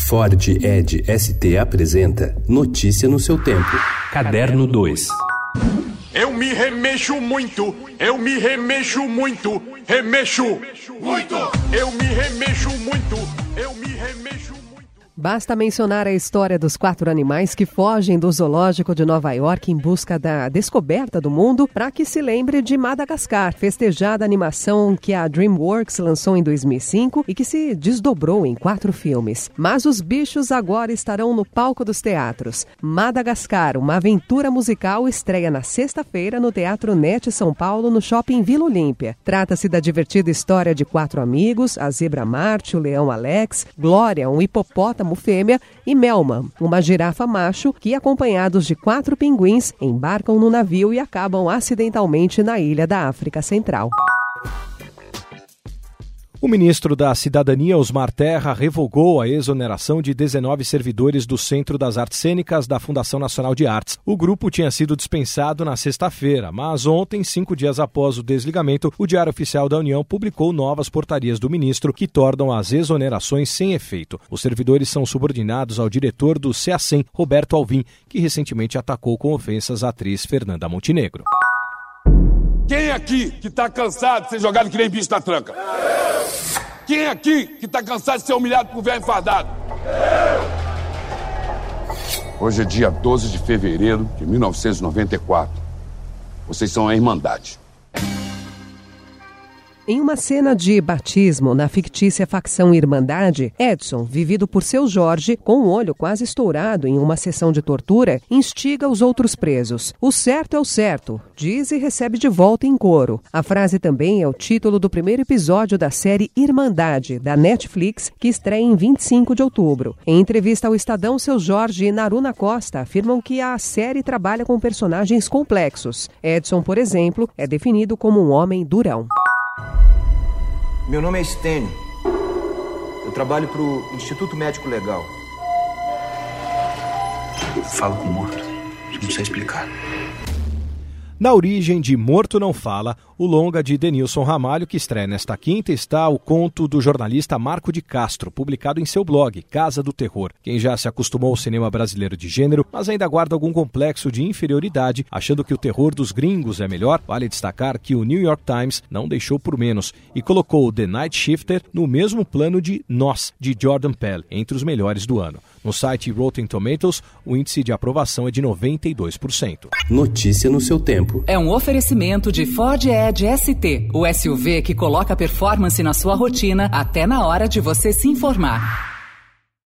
Ford Edge ST apresenta Notícia no seu tempo. Caderno 2. Eu me remexo muito, eu me remexo muito, remexo muito. Eu me remexo muito, eu me remexo muito. Basta mencionar a história dos 4 animais que fogem do zoológico de Nova York em busca da descoberta do mundo para que se lembre de Madagascar, festejada animação que a DreamWorks lançou em 2005 e que se desdobrou em 4 filmes. Mas os bichos agora estarão no palco dos teatros. Madagascar, uma aventura musical, estreia na sexta-feira no Teatro NET São Paulo, no Shopping Vila Olímpia. Trata-se da divertida história de 4 amigos, a zebra Marte, o leão Alex, Glória, um hipopótamo fêmea, e Melman, uma girafa macho, que, acompanhados de 4 pinguins, embarcam no navio e acabam acidentalmente na ilha da África Central. O ministro da Cidadania, Osmar Terra, revogou a exoneração de 19 servidores do Centro das Artes Cênicas da Fundação Nacional de Artes. O grupo tinha sido dispensado na sexta-feira, mas ontem, 5 dias após o desligamento, o Diário Oficial da União publicou novas portarias do ministro que tornam as exonerações sem efeito. Os servidores são subordinados ao diretor do CEACEM, Roberto Alvim, que recentemente atacou com ofensas a atriz Fernanda Montenegro. Quem aqui que tá cansado de ser jogado que nem bicho na tranca? Quem aqui que tá cansado de ser humilhado por velho enfardado? Hoje é dia 12 de fevereiro de 1994. Vocês são a Irmandade. Em uma cena de batismo na fictícia facção Irmandade, Edson, vivido por seu Jorge, com o olho quase estourado em uma sessão de tortura, instiga os outros presos. O certo é o certo, diz e recebe de volta em coro. A frase também é o título do primeiro episódio da série Irmandade, da Netflix, que estreia em 25 de outubro. Em entrevista ao Estadão, seu Jorge e Naruna Costa afirmam que a série trabalha com personagens complexos. Edson, por exemplo, é definido como um homem durão. Meu nome é Stênio. Eu trabalho para o Instituto Médico Legal. Eu falo com morto. Não sei explicar. Na origem de Morto Não Fala, o longa de Denilson Ramalho, que estreia nesta quinta, está o conto do jornalista Marco de Castro, publicado em seu blog, Casa do Terror. Quem já se acostumou ao cinema brasileiro de gênero, mas ainda guarda algum complexo de inferioridade, achando que o terror dos gringos é melhor, vale destacar que o New York Times não deixou por menos e colocou The Night Shifter no mesmo plano de Nós, de Jordan Peele, entre os melhores do ano. No site Rotten Tomatoes, o índice de aprovação é de 92%. Notícia no seu tempo. É um oferecimento de Ford Edge ST, o SUV que coloca performance na sua rotina até na hora de você se informar.